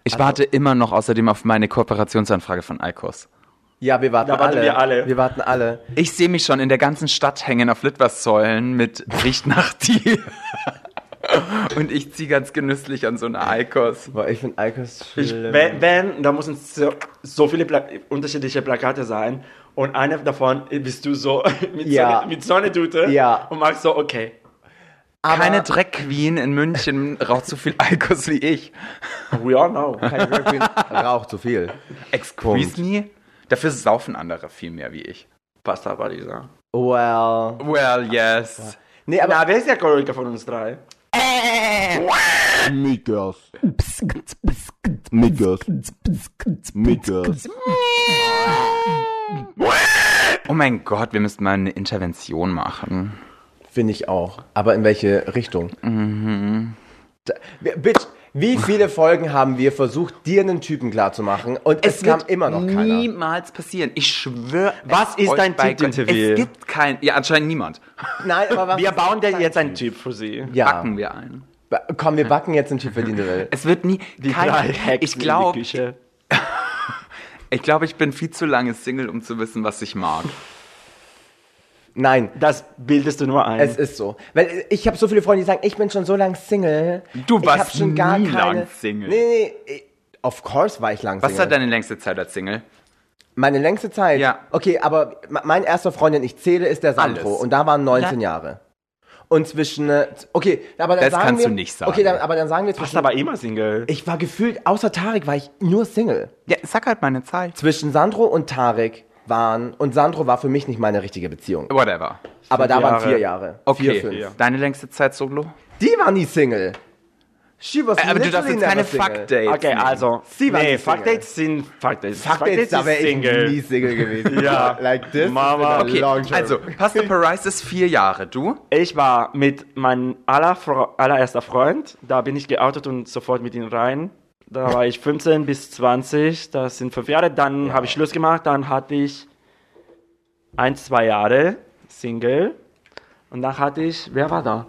Ich warte immer noch außerdem auf meine Kooperationsanfrage von Eikos. Ja, wir warten alle. Wir warten alle. Ich sehe mich schon in der ganzen Stadt hängen auf Litwassäulen mit Riecht nach dir. Und ich ziehe ganz genüsslich an so eine Eikos. Boah, ich finde Eikos schlimm. Da müssen so viele unterschiedliche Plakate sein. Und einer davon bist du so mit so einer Tute und machst so, okay. Aber keine Drag Queen in München raucht so viel Eikos wie ich. We all know. Keine Drag Queen raucht so viel. Excuse me? Dafür saufen andere viel mehr wie ich. Passt aber, Lisa. Well, yes. Nee, aber wer ist der Choleriker von uns drei? Meat Girls. Meat Girls. Meat Girls. Oh mein Gott, wir müssten mal eine Intervention machen. Finde ich auch. Aber in welche Richtung? Bitch, wie viele Folgen haben wir versucht, dir einen Typen klarzumachen und es kam immer noch keiner? Niemals passieren. Ich schwöre. Was ist dein Typ, den sie will? Es gibt keinen. Ja, anscheinend niemand. Nein, aber was wir bauen dir jetzt einen Typ für sie. Ja. Backen wir einen. Komm, wir backen jetzt einen Typ für die Welt. Es wird nie. Ich glaube, ich bin viel zu lange Single, um zu wissen, was ich mag. Nein. Das bildest du nur ein. Es ist so. Weil ich habe so viele Freunde, die sagen, ich bin schon so lang Single. Du warst schon gar nie lang Single. Nee. Of course war ich lang Single. Was war deine längste Zeit als Single? Meine längste Zeit? Ja. Okay, aber mein erster Freund, den ich zähle, ist der Sandro. Alles. Und da waren 19 Jahre. Und zwischen, okay, aber dann das sagen kannst wir, du nicht sagen. Okay, aber dann sagen wir zwischen... Du warst aber immer Single. Ich war gefühlt, außer Tarek war ich nur Single. Ja, sag halt meine Zahl. Zwischen Sandro und Tarek und Sandro war für mich nicht meine richtige Beziehung. Whatever. Aber da waren 4 Jahre. Okay. 4, 5. Deine längste Zeit solo? Die war nie Single. She was aber du darfst jetzt keine Fuck-Dates. Okay, also. Sie war Fuck-Dates sind Fuck-Dates. Fuck-Dates, da wäre ich nie Single gewesen. Ja. Like this. Mama. Okay, also, Pastor Paris ist 4 Jahre. Du? Ich war mit meinem allererster Freund. Da bin ich geoutet und sofort mit ihm rein. Da war ich 15 bis 20. Das sind 5 Jahre. Dann habe ich Schluss gemacht. Dann hatte ich 1-2 Jahre Single. Und dann hatte ich... Wer war da?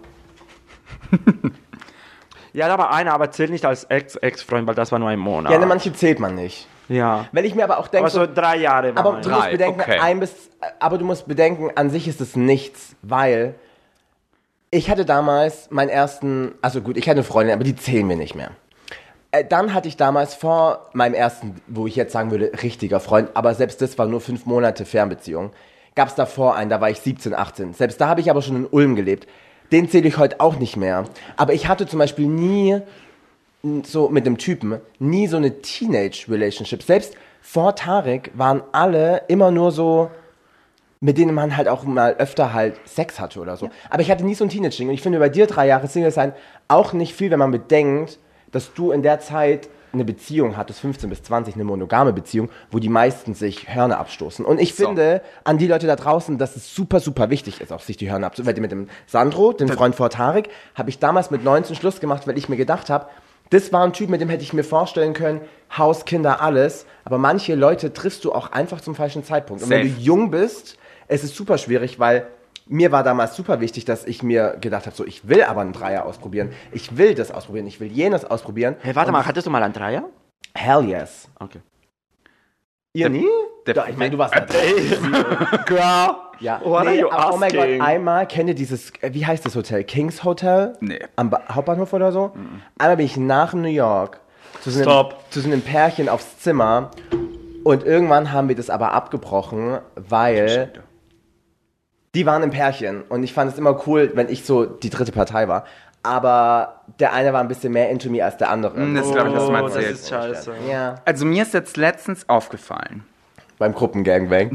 Ja, da war einer, aber zählt nicht als Ex-Freund, weil das war nur ein Monat. Ja, ne, manche zählt man nicht. Ja. Wenn ich mir aber auch denke... Aber so 3 Jahre aber du musst bedenken, aber du musst bedenken, an sich ist es nichts, weil ich hatte damals meinen ersten... Also gut, ich hatte eine Freundin, aber die zählen mir nicht mehr. Dann hatte ich damals vor meinem ersten, wo ich jetzt sagen würde, richtiger Freund, aber selbst das war nur 5 Monate Fernbeziehung, gab es davor einen, da war ich 17, 18. Selbst da habe ich aber schon in Ulm gelebt. Den zähle ich heute auch nicht mehr. Aber ich hatte zum Beispiel nie so mit dem Typen, nie so eine Teenage-Relationship. Selbst vor Tarek waren alle immer nur so, mit denen man halt auch mal öfter halt Sex hatte oder so. Ja. Aber ich hatte nie so ein Teenage-Ding. Und ich finde bei dir 3 Jahre Single sein auch nicht viel, wenn man bedenkt, dass du in der Zeit eine Beziehung hattest, 15 bis 20, eine monogame Beziehung, wo die meisten sich Hörner abstoßen. Und ich finde an die Leute da draußen, dass es super, super wichtig ist, auch sich die Hörner abzustoßen. Weil mit dem Sandro, dem Freund vor Tarek, habe ich damals mit 19 Schluss gemacht, weil ich mir gedacht habe, das war ein Typ, mit dem hätte ich mir vorstellen können, Haus, Kinder, alles. Aber manche Leute triffst du auch einfach zum falschen Zeitpunkt. Und wenn du jung bist, es ist super schwierig, weil mir war damals super wichtig, dass ich mir gedacht habe, so, ich will aber einen Dreier ausprobieren. Ich will das ausprobieren. Ich will jenes ausprobieren. Hey, warte mal, hattest du mal einen Dreier? Hell yes. Okay. Ihr nie? Doch, ich meine, du warst ein Girl. Ja. Oh mein Gott, einmal, kennt ihr dieses, wie heißt das Hotel? King's Hotel? Nee. Am Hauptbahnhof oder so? Einmal bin ich nach New York zu so einem Pärchen aufs Zimmer und irgendwann haben wir das aber abgebrochen, weil... Die waren ein Pärchen und ich fand es immer cool, wenn ich so die dritte Partei war. Aber der eine war ein bisschen mehr into me als der andere. Das glaube ich, was du mal erzählt. Das ist scheiße. Ja. Also mir ist jetzt letztens aufgefallen. Beim Gruppengangbang.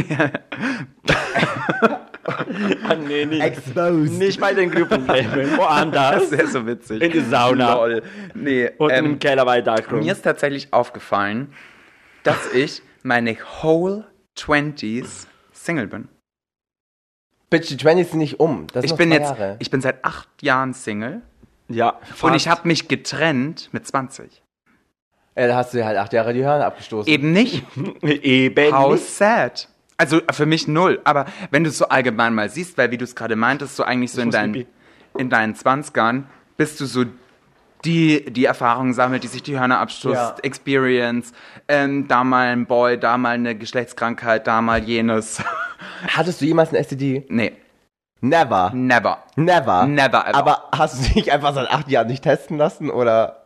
Nee, nicht. Exposed. Nicht bei den Gruppengangbang. Woanders. Das wäre so witzig. In die Sauna. Lol. Nee, und im Keller bei Darkroom. Mir ist tatsächlich aufgefallen, dass ich meine whole 20s Single bin. Bitch, die 20s sind nicht um. Das Ich sind bin noch 2 jetzt, Jahre. ich bin seit 8 Jahren Single. Ja. Und ich habe mich getrennt mit 20. Da hast du dir halt 8 Jahre die Hörner abgestoßen. Eben nicht. Eben How nicht. sad. Also für mich 0. Aber wenn du es so allgemein mal siehst, weil wie du es gerade meintest, so eigentlich so in deinen 20ern, bist du so die Erfahrungen sammelt, die sich die Hörner abstößt, Ja. Experience, da mal ein Boy, da mal eine Geschlechtskrankheit, da mal jenes. Hattest du jemals ein STD? Nee, Never. never. Never. Never ever. Aber hast du dich einfach seit 8 Jahren nicht testen lassen, oder?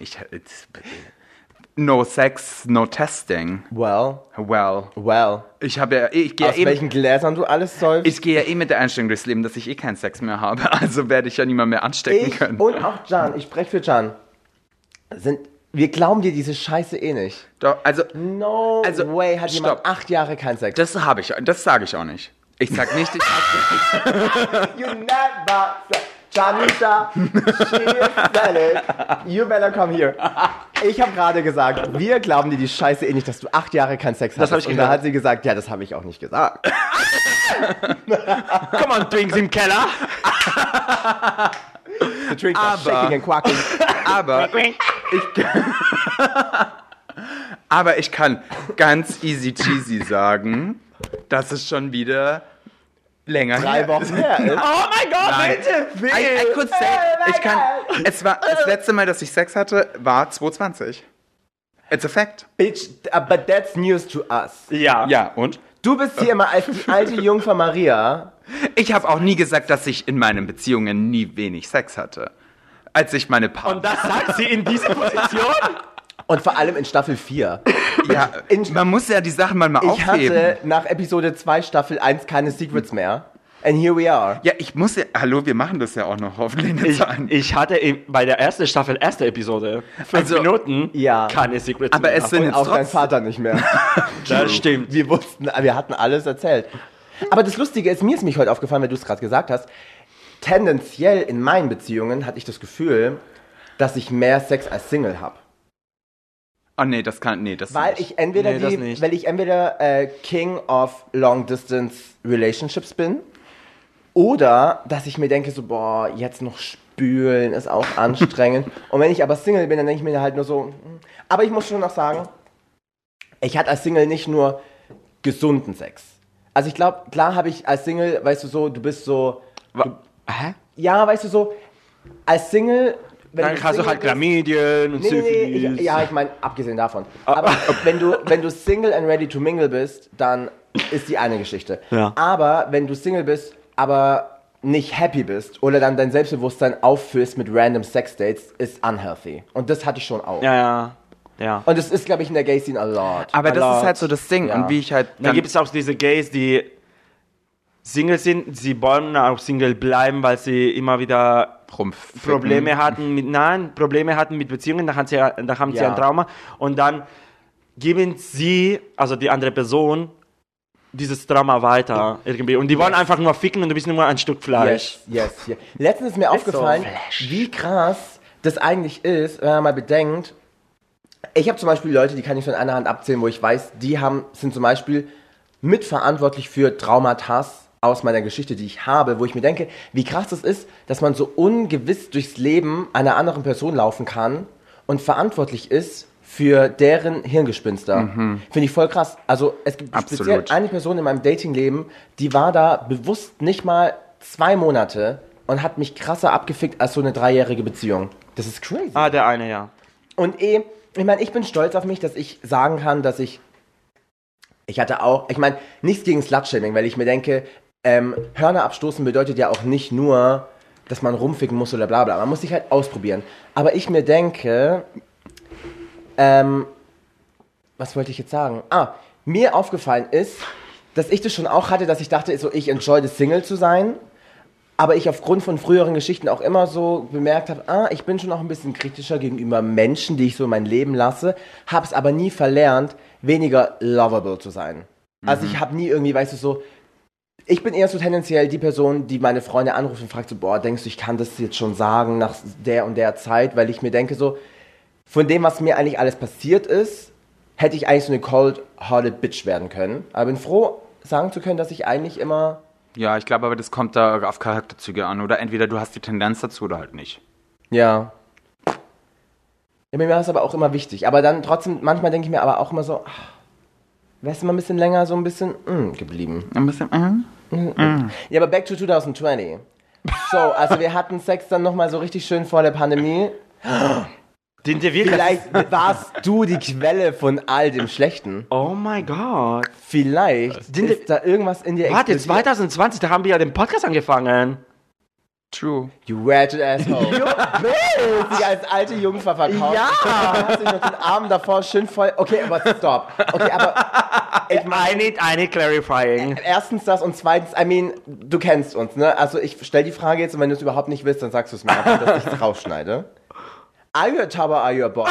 No sex, no testing. Well. Ich gehe Aus welchen Gläsern du alles säufst? ja mit der Einstellung durchs Leben, dass ich keinen Sex mehr habe. Also werde ich ja niemand mehr anstecken können. Und auch Can, ich spreche für Can. Wir glauben dir diese Scheiße eh nicht. Doch, also, No way hat jemand stopp. 8 Jahre keinen Sex. das sage ich auch nicht. Ich sag nicht, You never said, Janisha, she said it. You better come here. Ich habe gerade gesagt, wir glauben dir die Scheiße eh nicht, dass du 8 Jahre keinen Sex hast. hab ich Und gehört. da hat sie gesagt, ja, das habe ich auch nicht gesagt. Komm on, Drinks im Keller. The drink are Aber- shaking and quacking. aber ich kann ganz easy cheesy sagen, dass es schon wieder länger 3 Wochen her ist. Oh mein Gott, Nein. bitte. I could say, es war das letzte Mal, dass ich Sex hatte, war 2020. It's a fact. Bitch, but that's news to us. Ja. Ja, und? Du bist hier immer als die alte Jungfer Maria. Ich habe auch nie gesagt, dass ich in meinen Beziehungen nie wenig Sex hatte. Als ich meine Partner... Und das sagt sie in dieser Position? Und vor allem in Staffel 4. Ja, man muss ja die Sachen mal Ich aufheben. hatte nach Episode 2 Staffel 1 keine Secrets mehr. And here we are. Ja, ich muss ja... Hallo, wir machen das ja auch noch hoffentlich nicht sein. Ich hatte bei der ersten Staffel, erste Episode, 5 Also, Minuten, ja. keine Secrets Aber mehr. es sind Und jetzt auch dein trotzdem... Vater nicht mehr. Das stimmt. Wir hatten alles erzählt. Aber das Lustige ist, mir ist mich heute aufgefallen, weil du es gerade gesagt hast, tendenziell in meinen Beziehungen hatte ich das Gefühl, dass ich mehr Sex als Single habe. Oh nee, das kann... Nee, das Weil nicht. ich entweder, Nee, das nicht. King of Long Distance Relationships bin oder dass ich mir denke so, boah, jetzt noch spülen ist auch anstrengend. Und wenn ich aber Single bin, dann denke ich mir halt nur so, aber ich muss schon noch sagen, ich hatte als Single nicht nur gesunden Sex. Also ich glaube, klar habe ich als Single, weißt du so, du bist so, Hä? ja, weißt du so, als Single... wenn Dann hast du Single halt bist- Chlamydien und Nee, Syphilis. ich meine, abgesehen davon. Aber wenn du Single and ready to mingle bist, dann ist die eine Geschichte. Ja. Aber wenn du Single bist, aber nicht happy bist oder dann dein Selbstbewusstsein auffüllst mit random Sex-Dates, ist unhealthy. Und das hatte ich schon auch. Ja. Und das ist, glaube ich, in der Gay-Scene a lot. Aber das Allah. ist halt so das Ding. Ja. Und wie ich halt... Dann gibt es auch diese Gays, die Single sind, sie wollen auch Single bleiben, weil sie immer wieder Probleme hatten mit Beziehungen, da haben sie ein Trauma und dann geben sie, also die andere Person, dieses Trauma weiter irgendwie und die wollen einfach nur ficken und du bist nur ein Stück Fleisch. Yes. Letztens ist mir aufgefallen, wie krass das eigentlich ist, wenn man mal bedenkt, ich habe zum Beispiel Leute, die kann ich so in einer Hand abzählen, wo ich weiß, sind zum Beispiel mitverantwortlich für Traumata aus meiner Geschichte, die ich habe, wo ich mir denke, wie krass das ist, dass man so ungewiss durchs Leben einer anderen Person laufen kann und verantwortlich ist für deren Hirngespinster. Finde ich voll krass. Also es gibt Absolut. speziell eine Person in meinem Datingleben, die war da bewusst nicht mal 2 Monate und hat mich krasser abgefickt als so eine 3-jährige Beziehung. Das ist crazy. Ah, der eine, ja. Und ich meine, ich bin stolz auf mich, dass ich sagen kann, dass ich hatte auch, ich meine, nichts gegen Slutshaming, weil ich mir denke, Hörner abstoßen bedeutet ja auch nicht nur, dass man rumficken muss oder bla bla. Man muss sich halt ausprobieren. Aber ich mir denke, was wollte ich jetzt sagen? Mir aufgefallen ist, dass ich das schon auch hatte, dass ich dachte, so, ich enjoy das Single zu sein. Aber ich aufgrund von früheren Geschichten auch immer so bemerkt habe, ich bin schon auch ein bisschen kritischer gegenüber Menschen, die ich so in mein Leben lasse, habe es aber nie verlernt, weniger lovable zu sein. Also ich habe nie irgendwie, weißt du, so, ich bin eher so tendenziell die Person, die meine Freunde anruft und fragt so, boah, denkst du, ich kann das jetzt schon sagen nach der und der Zeit, weil ich mir denke so, von dem, was mir eigentlich alles passiert ist, hätte ich eigentlich so eine cold-hearted Bitch werden können. Aber bin froh, sagen zu können, dass ich eigentlich immer... Ja, ich glaube aber, das kommt da auf Charakterzüge an. Oder entweder du hast die Tendenz dazu oder halt nicht. Ja. Ja, mir war es aber auch immer wichtig. Aber dann trotzdem, manchmal denke ich mir aber auch immer so, wärst du mal ein bisschen länger so ein bisschen geblieben. Ein bisschen... Ja, aber back to 2020. So, also wir hatten Sex dann nochmal so richtig schön vor der Pandemie. Vielleicht warst du die Quelle von all dem Schlechten. Oh mein Gott. Vielleicht ist da irgendwas in dir Warte, explodiert. 2020, da haben wir ja den Podcast angefangen. True. You ratchet asshole. Du willst dich als alte Jungfer verkaufen. Ja. Du hast dich noch den Arm davor schön voll... Okay, aber stopp. Okay, aber... Ich I need clarifying. Erstens das und zweitens, du kennst uns, ne? Also ich stell die Frage jetzt und wenn du es überhaupt nicht willst, dann sagst du es mir, dass ich es rausschneide. Are you a top or are you a bottom?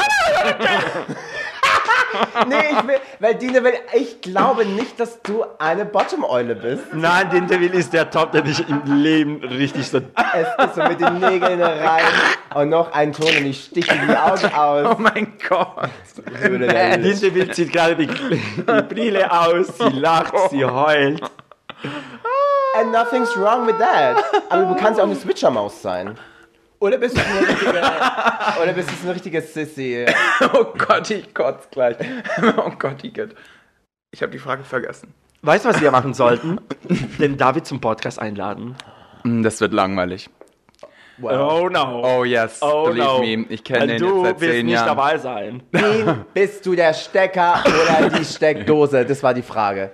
Ich glaube nicht, dass du eine Bottom-Eule bist. Nein, Dinterville ist der Top, der dich im Leben richtig so... Es ist so mit den Nägeln rein und noch ein Ton und ich stiche die Augen aus. Oh mein Gott. Dinterville zieht gerade die Brille aus, sie lacht, sie heult. And nothing's wrong with that. Aber du kannst ja auch eine Switcher-Maus sein. Oder bist du eine richtige Sissy? Oh Gott, ich kotze gleich. Oh Gott, ich habe die Frage vergessen. Weißt du, was wir machen sollten? Den David zum Podcast einladen. Das wird langweilig. Wow. Oh no. Oh yes, believe me. Ich kenne den jetzt seit 10 Du willst nicht Jahren. dabei sein. Bist du der Stecker oder die Steckdose? Das war die Frage.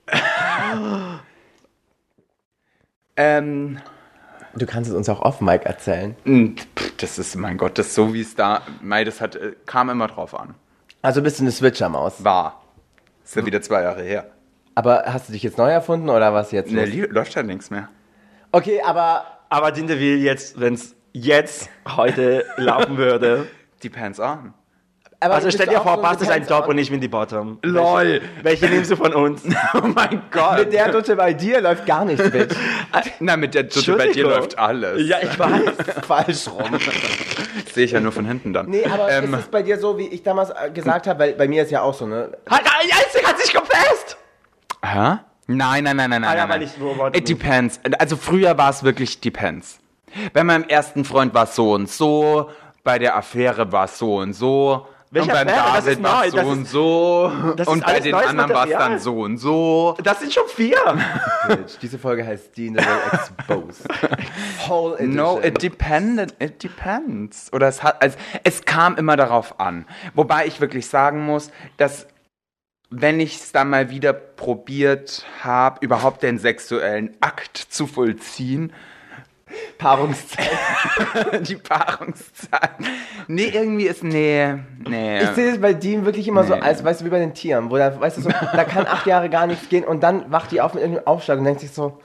Du kannst es uns auch off-Mic erzählen. Das ist, mein Gott, das ist so wie es da, kam immer drauf an. Also bist du eine Switcher-Maus. War. Ist ja wieder 2 Jahre her. Aber hast du dich jetzt neu erfunden oder was jetzt? Ne, los? läuft ja nichts mehr. Okay, Aber Dinterville jetzt, wenn es jetzt heute laufen würde. Depends on. Also bist stell du dir auch vor, so Bast ist ein Depends Top on- und ich bin die Bottom. LOL. Welche nimmst du von uns? Oh mein Gott. Mit der Dutte bei dir läuft gar nichts mit. Na, mit der Dutte bei dir Entschuldigung. läuft alles. Ja, ich weiß. Falsch rum. Das sehe ich ja nur von hinten dann. Nee, aber ist es bei dir so, wie ich damals gesagt habe? Weil bei mir ist ja auch so, ne? Sie hat sich gefasst! Hä? Nein. ja, nein. aber nicht nur Worte. It depends. Also früher war es wirklich depends. Bei meinem ersten Freund war es so und so, bei der Affäre war es so und so. Welche und beim Affäre? Das David ist war neu. es so Das und ist- so. das Und ist bei alles den neues anderen war es Material. dann so und so. Das sind schon 4. Bitch. Diese Folge heißt Dean the Will Exposed. Whole Edition. No, it depends. Oder es kam immer darauf an. Wobei ich wirklich sagen muss, dass wenn ich es dann mal wieder probiert habe, überhaupt den sexuellen Akt zu vollziehen, Paarungszeit. die Paarungszeit. Nee, irgendwie ist, nee. Ich sehe es bei Dean wirklich immer so, Nee. als, weißt du, wie bei den Tieren, wo da, weißt du, so, da kann 8 Jahre gar nichts gehen und dann wacht die auf mit irgendeinem Aufschlag und denkt sich so,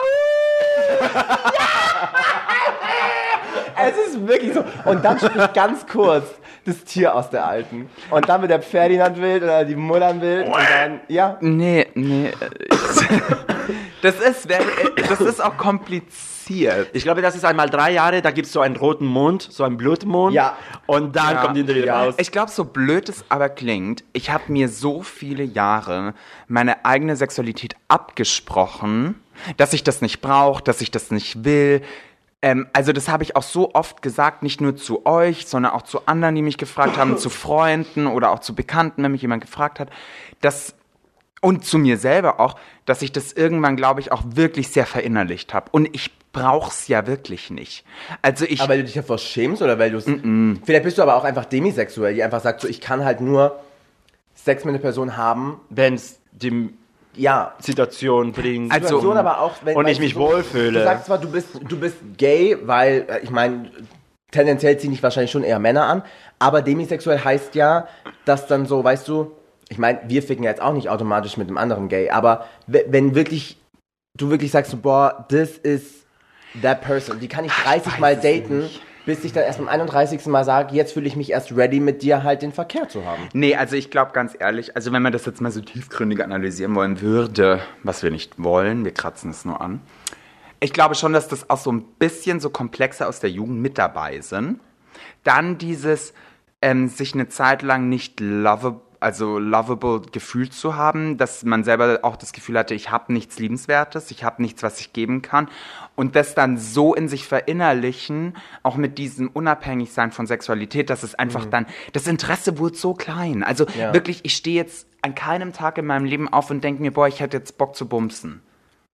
es ist wirklich so. Und dann spricht ganz kurz das Tier aus der Alten. Und dann wird der Ferdinand wild oder die Muttern wild und dann, ja. Nee. Das ist auch kompliziert. Ich glaube, das ist einmal 3 Jahre, da gibt es so einen roten Mond, so einen Blutmond. Ja. Und dann kommt Dinterville raus. Ich glaube, so blöd es aber klingt, ich habe mir so viele Jahre meine eigene Sexualität abgesprochen, dass ich das nicht brauche, dass ich das nicht will. Also das habe ich auch so oft gesagt, nicht nur zu euch, sondern auch zu anderen, die mich gefragt haben, zu Freunden oder auch zu Bekannten, wenn mich jemand gefragt hat, und zu mir selber auch, dass ich das irgendwann, glaube ich, auch wirklich sehr verinnerlicht habe. Und ich brauch's ja wirklich nicht. Also Aber weil du dich davor schämst oder weil du es... Vielleicht bist du aber auch einfach demisexuell, die einfach sagt so, ich kann halt nur Sex mit einer Person haben. Wenn es die Ja, Situation bringt. Also- Situation, aber auch wenn... Und weil ich mich du- wohlfühle. Du sagst zwar, du bist gay, weil, ich meine, tendenziell ziehen dich wahrscheinlich schon eher Männer an, aber demisexuell heißt ja, dass dann so, weißt du, ich meine, wir ficken ja jetzt auch nicht automatisch mit einem anderen Gay, aber wenn wirklich, du wirklich sagst so, boah, this is that person, die kann ich 30 Mal daten, bis ich dann erst beim 31. Mal sage, jetzt fühle ich mich erst ready, mit dir halt den Verkehr zu haben. Nee, also ich glaube ganz ehrlich, also wenn man das jetzt mal so tiefgründig analysieren wollen würde, was wir nicht wollen, wir kratzen es nur an. Ich glaube schon, dass das auch so ein bisschen so Komplexe aus der Jugend mit dabei sind. Dann dieses, sich eine Zeit lang nicht lovable gefühlt zu haben, dass man selber auch das Gefühl hatte, ich habe nichts Liebenswertes, ich habe nichts, was ich geben kann. Und das dann so in sich verinnerlichen, auch mit diesem Unabhängigsein von Sexualität, dass es einfach dann, das Interesse wurde so klein. Also Ja. wirklich, ich stehe jetzt an keinem Tag in meinem Leben auf und denke mir, boah, ich hätte jetzt Bock zu bumsen.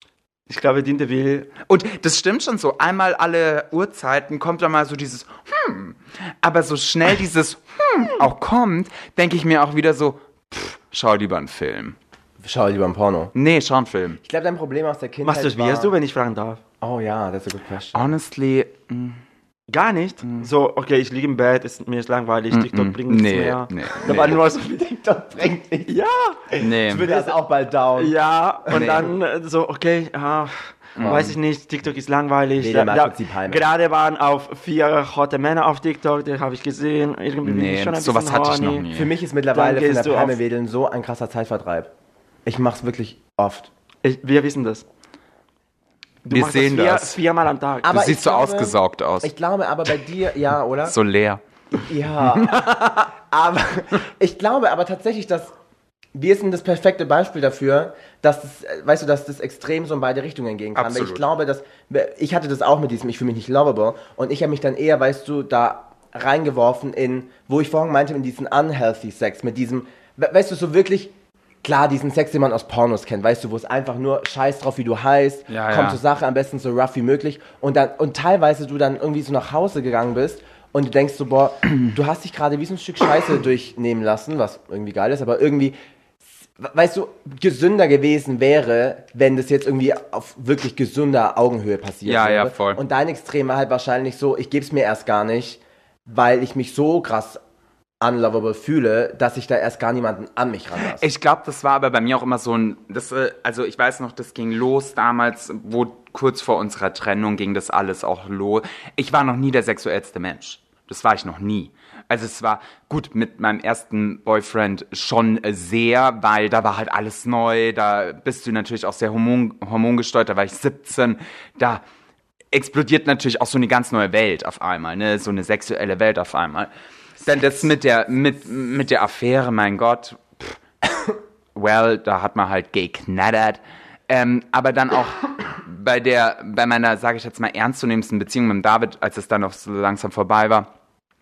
Ich glaube, Dinde will... Und das stimmt schon so. Einmal alle Uhrzeiten kommt da mal so dieses Aber so schnell dieses auch kommt, denke ich mir auch wieder so, schau lieber einen Film. Schau lieber ein Porno. Nee, schau einen Film. Ich glaube, dein Problem aus der Kindheit Masturbierst du, wenn ich fragen darf? Oh ja, that's a good question. Honestly, Gar nicht? So, okay, ich liege im Bett, mir ist langweilig, TikTok bringt nichts mehr. Da war nur so... TikTok bringt nichts. Ja! nee. Ich würde das auch bald down. Ja, und dann so, okay, weiß ich nicht, TikTok ist langweilig. Nee, der mag Prinzip Heime. Gerade waren auf 4 hotte Männer auf TikTok, die habe ich gesehen. Irgendwie bin ich schon ein sowas bisschen hatte ich noch horny. nie. Für mich ist mittlerweile Dann von gehst der du Palme auf- wedeln so ein krasser Zeitvertreib. Ich mach's wirklich oft. Wir wissen das. Du Wir machst sehen das. 4-mal am Tag. Aber Du siehst ich so glaube- ausgesaugt aus. Ich glaube aber bei dir, ja, oder? So leer. Ja. Aber ich glaube aber tatsächlich, dass wir sind das perfekte Beispiel dafür, dass das, weißt du, dass das extrem so in beide Richtungen gehen kann. Absolut. Weil ich glaube, dass ich hatte das auch mit diesem, ich fühle mich nicht lovable und ich habe mich dann eher, weißt du, da reingeworfen in, wo ich vorhin meinte, in diesen unhealthy Sex, mit diesem, weißt du, so wirklich klar, diesen Sex, den man aus Pornos kennt, weißt du, wo es einfach nur scheiß drauf, wie du heißt, Ja, kommt ja. zur Sache, am besten so rough wie möglich und teilweise du dann irgendwie so nach Hause gegangen bist und du denkst so, boah, du hast dich gerade wie so ein Stück Scheiße durchnehmen lassen, was irgendwie geil ist, aber irgendwie, weißt du, gesünder gewesen wäre, wenn das jetzt irgendwie auf wirklich gesunder Augenhöhe passiert Ja, wäre. ja, voll. Und dein Extrem war halt wahrscheinlich so, ich geb's mir erst gar nicht, weil ich mich so krass unlovable fühle, dass ich da erst gar niemanden an mich ranlasse. Ich glaube, das war aber bei mir auch immer so ein, also ich weiß noch, das ging los damals, wo kurz vor unserer Trennung ging das alles auch los. Ich war noch nie der sexuellste Mensch. Das war ich noch nie. Also es war gut mit meinem ersten Boyfriend schon sehr, weil da war halt alles neu, da bist du natürlich auch sehr hormongesteuert, da war ich 17, da explodiert natürlich auch so eine ganz neue Welt auf einmal, ne, so eine sexuelle Welt auf einmal. Dann das mit der Affäre, mein Gott, well, da hat man halt geknattert. Aber dann auch bei meiner, sage ich jetzt mal, ernstzunehmendsten Beziehung mit dem David, als es dann noch so langsam vorbei war,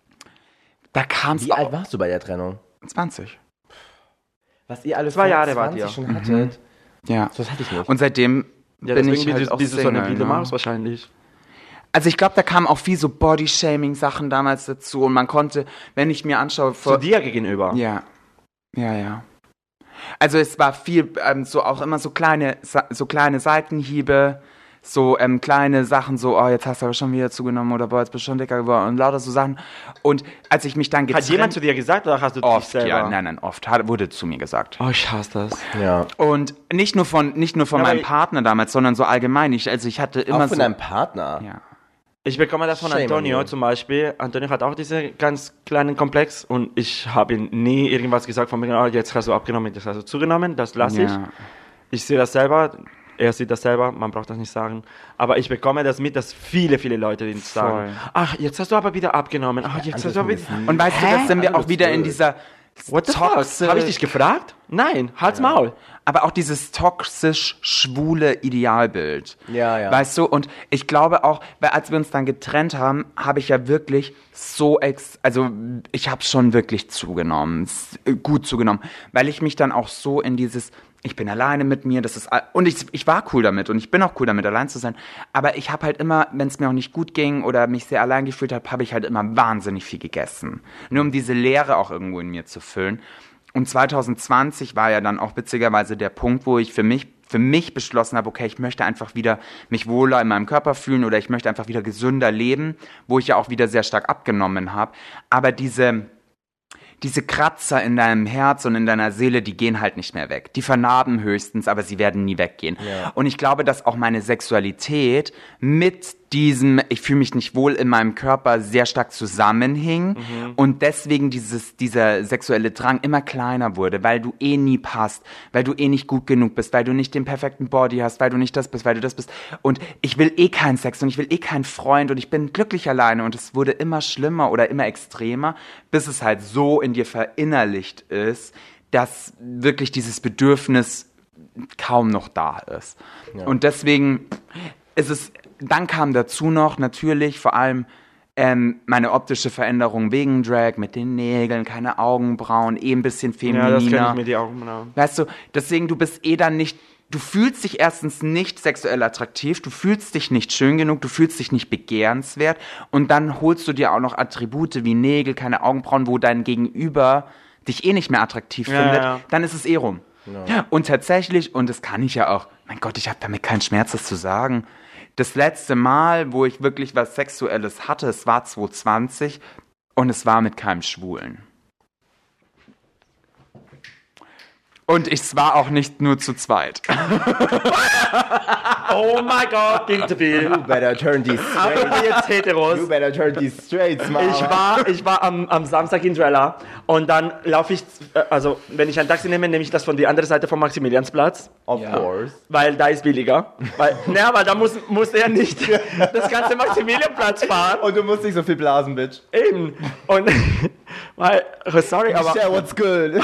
da kam es Wie alt warst du bei der Trennung? 20. Was ihr alles 2 Jahre vor wart ihr. 20 schon hattet? Ja. So was hatte ich nicht. Und seitdem Ja, bin deswegen ich halt auch bist du so eine Single, wilde ne? Maus wahrscheinlich. Also ich glaube, da kamen auch viel so Body-Shaming-Sachen damals dazu und man konnte, wenn ich mir anschaue... Zu dir gegenüber. Ja. Also es war viel, so auch immer so kleine Seitenhiebe, so kleine Sachen, so, oh, jetzt hast du aber schon wieder zugenommen oder boah, jetzt bist du schon dicker geworden und lauter so Sachen. Und als ich mich dann getrennt... Hat jemand zu dir gesagt oder hast du dich Oft, selber? ja, nein, oft wurde zu mir gesagt. Oh, ich hasse das. Ja. Und nicht nur von meinem aber- Partner damals, sondern so allgemein. Ich hatte immer Auch von so... deinem Partner? Ja. Ich bekomme das von Shame on Antonio you. zum Beispiel. Antonio hat auch diesen ganz kleinen Komplex und ich habe ihm nie irgendwas gesagt von mir, oh, jetzt hast du abgenommen, jetzt hast du zugenommen, das lasse ich. Ja. Ich sehe das selber, er sieht das selber, man braucht das nicht sagen. Aber ich bekomme das mit, dass viele Leute den sagen. Voll. Ach, jetzt hast du aber wieder abgenommen. Ach, jetzt hast du aber wieder... Und weißt du, das sind wir auch wieder in dieser... What the fuck? Habe ich dich gefragt? Nein, halt's Maul. Aber auch dieses toxisch-schwule Idealbild. Ja, ja. Weißt du, und ich glaube auch, weil als wir uns dann getrennt haben, habe ich ja wirklich also ich habe schon wirklich zugenommen, gut zugenommen, weil ich mich dann auch so in dieses, ich bin alleine mit mir, das ist, und ich war cool damit und ich bin auch cool damit, allein zu sein, aber ich habe halt immer, wenn es mir auch nicht gut ging oder mich sehr allein gefühlt habe, habe ich halt immer wahnsinnig viel gegessen. Nur um diese Leere auch irgendwo in mir zu füllen. Und 2020 war ja dann auch witzigerweise der Punkt, wo ich für mich beschlossen habe, okay, ich möchte einfach wieder mich wohler in meinem Körper fühlen oder ich möchte einfach wieder gesünder leben, wo ich ja auch wieder sehr stark abgenommen habe. Aber diese Kratzer in deinem Herz und in deiner Seele, die gehen halt nicht mehr weg. Die vernarben höchstens, aber sie werden nie weggehen. Ja. Und ich glaube, dass auch meine Sexualität mit diesem, ich fühle mich nicht wohl in meinem Körper, sehr stark zusammenhing und deswegen dieser sexuelle Drang immer kleiner wurde, weil du eh nie passt, weil du eh nicht gut genug bist, weil du nicht den perfekten Body hast, weil du nicht das bist, weil du das bist. Und ich will eh keinen Sex und ich will eh keinen Freund und ich bin glücklich alleine und es wurde immer schlimmer oder immer extremer, bis es halt so in dir verinnerlicht ist, dass wirklich dieses Bedürfnis kaum noch da ist. Ja. Und deswegen dann kam dazu noch natürlich vor allem meine optische Veränderung wegen Drag mit den Nägeln, keine Augenbrauen, ein bisschen femininer. Ja, das kenne ich mit die Augenbrauen. Weißt du, deswegen, du bist dann nicht du fühlst dich erstens nicht sexuell attraktiv, du fühlst dich nicht schön genug, du fühlst dich nicht begehrenswert und dann holst du dir auch noch Attribute wie Nägel, keine Augenbrauen, wo dein Gegenüber dich eh nicht mehr attraktiv findet, dann ist es eh rum. Ja. Und tatsächlich, und das kann ich ja auch, mein Gott, ich habe damit keinen Schmerz, das zu sagen, das letzte Mal, wo ich wirklich was Sexuelles hatte, es war 2020 und es war mit keinem Schwulen. Und es war auch nicht nur zu zweit. Oh mein Gott, Dinterville. You better turn these Aber straight. jetzt Heteros. You better turn these straight, Mama. Ich war am Samstag in Drella und dann laufe ich, also wenn ich ein Taxi nehme ich das von der anderen Seite vom Maximiliansplatz, Of course. weil da ist billiger. Weil da muss er nicht das ganze Maximilianplatz fahren. Und du musst nicht so viel blasen, Bitch. Eben. Und, weil, sorry, aber Share what's good.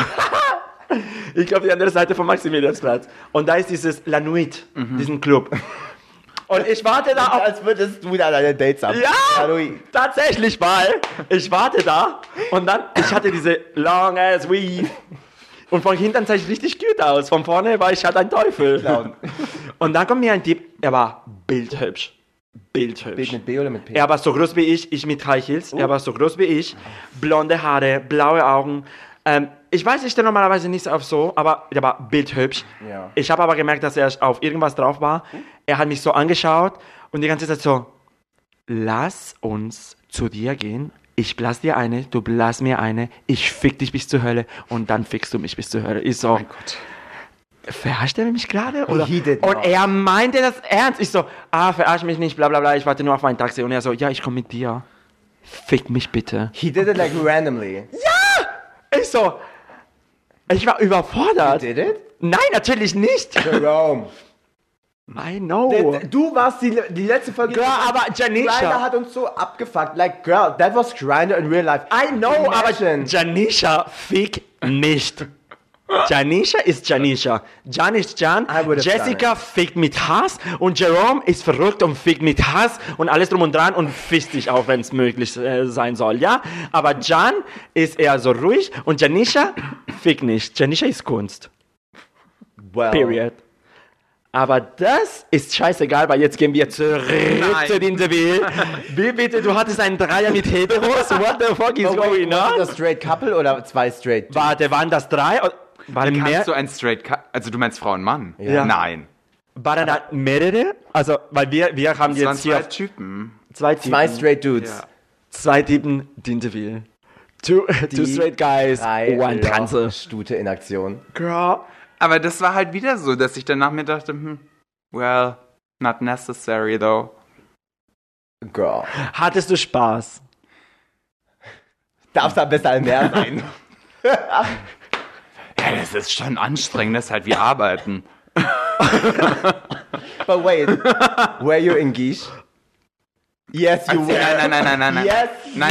ich glaube die andere Seite vom Maximiliansplatz. Und da ist dieses La Nuit, diesen Club. Und ich warte da auf... Als würdest du wieder deine Dates haben. Ja, Hallo. tatsächlich, weil ich warte da und dann, ich hatte diese long ass weave und von hinten sah ich richtig gut aus, von vorne war ich halt ein Teufel. Clown. Und dann kommt mir ein Typ, er war bildhübsch. Bildhübsch. Bild mit B oder mit P? Er war so groß wie ich mit High Heels, er war so groß wie ich, blonde Haare, blaue Augen. Ich weiß, ich stehe normalerweise nicht auf so, aber der war bildhübsch. Ja. Ich habe aber gemerkt, dass er auf irgendwas drauf war. Er hat mich so angeschaut und die ganze Zeit so, lass uns zu dir gehen. Ich blas dir eine, du blas mir eine, ich fick dich bis zur Hölle und dann fickst du mich bis zur Hölle. Ich so, oh Gott. Verarscht er mich gerade? Und er meinte das ernst. Ich so, verarsch mich nicht, bla bla bla, ich warte nur auf mein Taxi. Und er so, ja, ich komme mit dir. Fick mich bitte. He did it like randomly. Ich so, ich war überfordert. You did it? Nein, natürlich nicht. Jerome. I know. Du warst die letzte Folge. Girl, aber Janisha. Grindr hat uns so abgefuckt. Like, girl, that was Grindr in real life. I know, Imagine. aber Janisha fick nicht. Janisha ist Janisha. Jan ist Jan. I would've Jessica fickt mit Hass und Jerome ist verrückt und fickt mit Hass und alles drum und dran und fisst dich auch, wenn es möglich sein soll, ja? Aber Jan ist eher so ruhig und Janisha fickt nicht. Janisha ist Kunst. Well. Period. Aber das ist scheißegal, weil jetzt gehen wir zurück zu den Interview. Wie bitte, du hattest einen Dreier mit Heteros? What the fuck is going War on? das straight couple oder zwei straight? Warte, waren das drei? Waren mehr? Kannst du ein also du meinst Frau und Mann? Ja. Nein. Waren da mehrere? Also, weil wir haben Das waren jetzt hier zwei Typen. zwei Typen. Zwei straight dudes. Ja. Zwei Typen, Dinterville. Two straight guys, one Tanze. Stute in Aktion. Girl. Aber das war halt wieder so, dass ich danach mir dachte, well, not necessary though. Girl. Hattest du Spaß? Darf da besser mehr sein. Ja, das ist schon anstrengend, das ist halt wie Arbeiten. But wait, were you in Guiche? Yes, you were. Nein. Yes,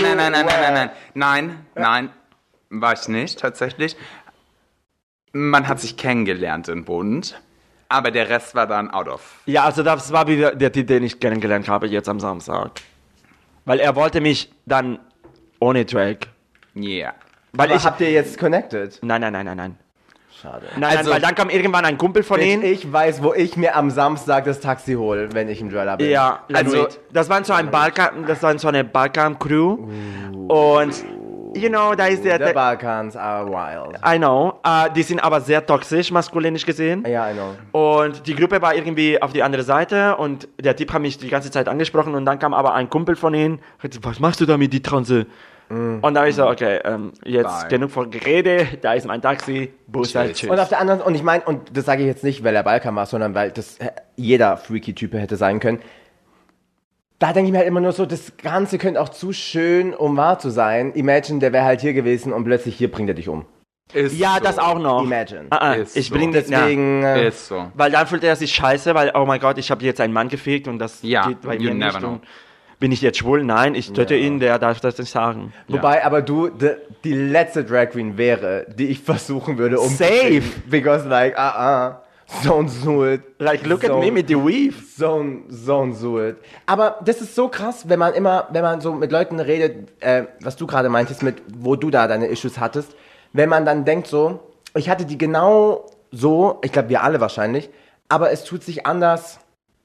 Nein, war ich nicht, tatsächlich. Man hat sich kennengelernt in Bund, aber der Rest war dann out of. Ja, also das war wieder der Typ, den ich kennengelernt habe jetzt am Samstag. Weil er wollte mich dann ohne Drag. Yeah. Weil Aber habt ihr jetzt connected? Nein. Schade. Nein, weil dann kam irgendwann ein Kumpel von ihnen. Ich weiß, wo ich mir am Samstag das Taxi hole, wenn ich im Drella bin. Ja, also das war so eine Balkan-Crew und you know, da ist The der Balkans are wild. I know, die sind aber sehr toxisch, maskulinisch gesehen. Ja, I know. Und die Gruppe war irgendwie auf die andere Seite und der Typ hat mich die ganze Zeit angesprochen und dann kam aber ein Kumpel von ihnen, was machst du da mit die Transe? Und da habe ich so, okay, jetzt Bye. genug von Gerede, da ist mein Taxi, Bus, tschüss. Und auf der anderen, und ich meine, und das sage ich jetzt nicht, weil er Balkan war, sondern weil das jeder Freaky-Type hätte sein können. Da denke ich mir halt immer nur so, das Ganze könnte auch zu schön, um wahr zu sein. Imagine, der wäre halt hier gewesen und plötzlich hier bringt er dich um. Ist Ja, so. das auch noch. Imagine. Ist Ich so. bringe Deswegen, Ist so. weil dann fühlt er sich scheiße, weil, oh mein Gott, ich habe jetzt einen Mann gefickt und das Ja, geht bei you mir never nicht. know. Und bin ich jetzt schwul? Nein, ich töte ihn, der darf das nicht sagen. wobei, aber du, die letzte Drag Queen wäre, die ich versuchen würde Safe. Because like, don't do it. Like, look at me mit the weave. Don't do it. Aber das ist so krass, wenn man so mit Leuten redet, was du gerade meintest, wo du da deine Issues hattest, wenn man dann denkt so, ich hatte die genau so, ich glaube wir alle wahrscheinlich, aber es tut sich anders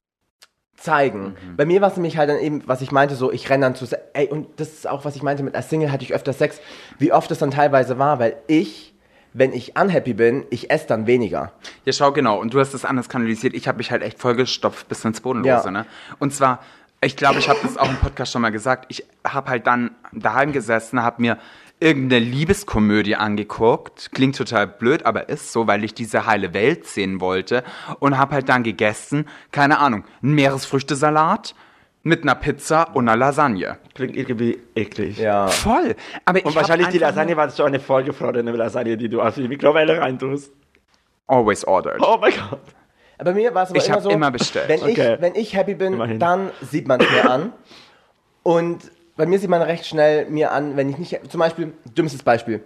zeigen. Bei mir war es nämlich halt dann eben, was ich meinte, so, ich renne dann und das ist auch, was ich meinte, mit als Single hatte ich öfter Sex, wie oft es dann teilweise war, weil wenn ich unhappy bin, ich esse dann weniger. Ja, schau, genau. Und du hast das anders kanalisiert. Ich habe mich halt echt vollgestopft bis ins Bodenlose, Ja. ne? Und zwar, ich glaube, ich habe das auch im Podcast schon mal gesagt, ich habe halt dann daheim gesessen, habe mir irgendeine Liebeskomödie angeguckt. Klingt total blöd, aber ist so, weil ich diese heile Welt sehen wollte. Und habe halt dann gegessen, keine Ahnung, einen Meeresfrüchtesalat mit einer Pizza und einer Lasagne. Klingt irgendwie eklig. Ja. Voll. Aber Und ich wahrscheinlich hab die einfach Lasagne war so eine vollgefrorene Lasagne, die du auf die Mikrowelle reintust. always ordered. Oh mein Gott. Bei mir war es aber Ich immer hab so, immer bestellt. Wenn ich happy bin, Immerhin. dann sieht man es mir an. Und bei mir sieht man recht schnell mir an, wenn ich nicht, zum Beispiel, dümmstes Beispiel,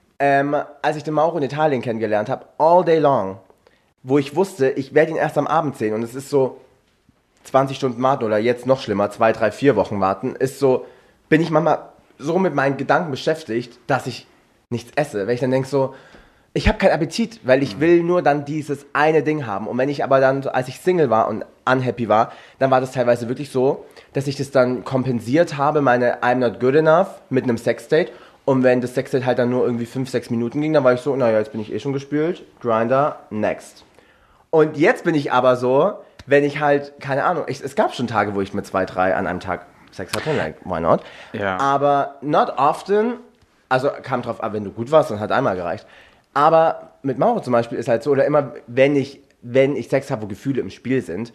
als ich den Mauro in Italien kennengelernt habe, all day long, wo ich wusste, ich werde ihn erst am Abend sehen und es ist so 20 Stunden warten oder jetzt noch schlimmer, 2, 3, 4 Wochen warten, ist so, bin ich manchmal so mit meinen Gedanken beschäftigt, dass ich nichts esse, weil ich dann denke so, ich habe keinen Appetit, weil ich will nur dann dieses eine Ding haben. Und wenn ich aber dann, als ich Single war und unhappy war, dann war das teilweise wirklich so, dass ich das dann kompensiert habe, meine I'm not good enough mit einem Sexdate. Und wenn das Sexdate halt dann nur irgendwie 5, 6 Minuten ging, dann war ich so, naja, jetzt bin ich eh schon gespült, Grindr, next. Und jetzt bin ich aber so, wenn ich halt, keine Ahnung, es gab schon Tage, wo ich mit 2, 3 an einem Tag Sex hatte, like, why not? Ja. Aber not often, also kam drauf ab, wenn du gut warst, dann hat einmal gereicht. Aber mit Mauro zum Beispiel ist halt so, oder immer, wenn ich Sex habe, wo Gefühle im Spiel sind,